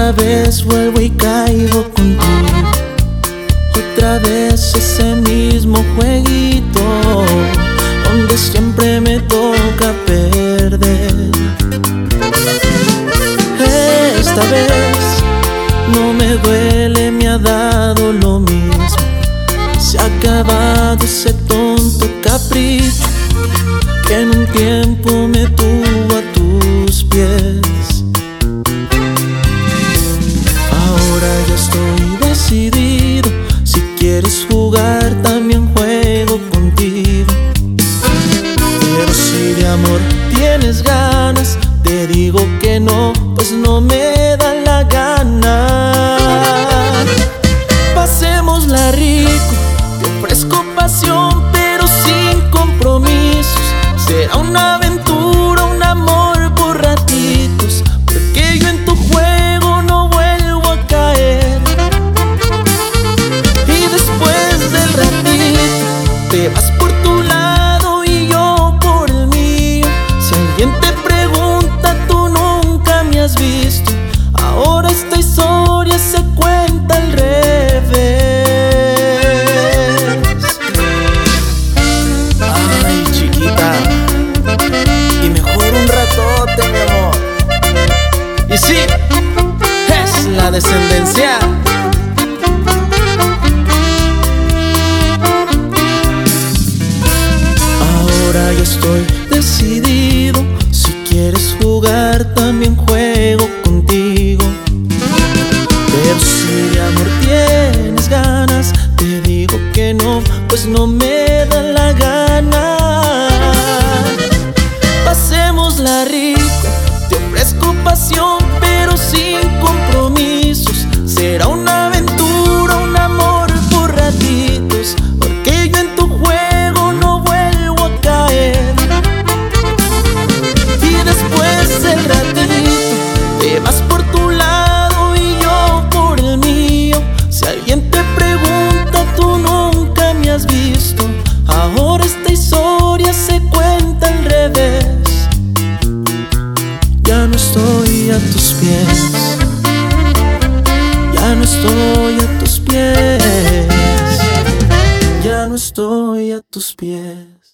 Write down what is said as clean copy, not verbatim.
Otra vez vuelvo y caigo contigo, otra vez ese mismo jueguito donde siempre me toca perder. Esta vez no me duele, me ha dado lo mismo. Se ha acabado ese tonto capricho que en un tiempo me tuvo a tus pies. Ahora ya estoy decidido, si quieres jugar también juego contigo. Pero si de amor tienes ganas, te digo que no, pues no me da la gana. Pasémosla rico, te ofrezco pasión pero sin compromisos. Será una aventura, un amor por ratitos, porque yo en tu juego no vuelvo a caer. Y después del ratito te vas por tu lado y yo por el mío. Si alguien te pregunta, tú nunca me has visto. Ahora esta historia se cuenta al revés. Ay, chiquita, y mejor un ratote, mi amor. Y sí, es la descendencia. Ahora ya estoy decidido, si quieres jugar también juego contigo. Pero si de amor tienes ganas, te digo que no, pues no me da la gana. Pasémosla rico, te ofrezco pasión pero sin compromisos. Será una aventura, un amor por ratitos, porque yo en tu juego no vuelvo a caer. Y después del ratito te vas por tu lado y yo por el mío. Si alguien te pregunta, tú nunca me has visto. Ahora esta historia se cuenta al revés. Ya no estoy a tus pies, ya no estoy a tus pies, ya no estoy a tus pies.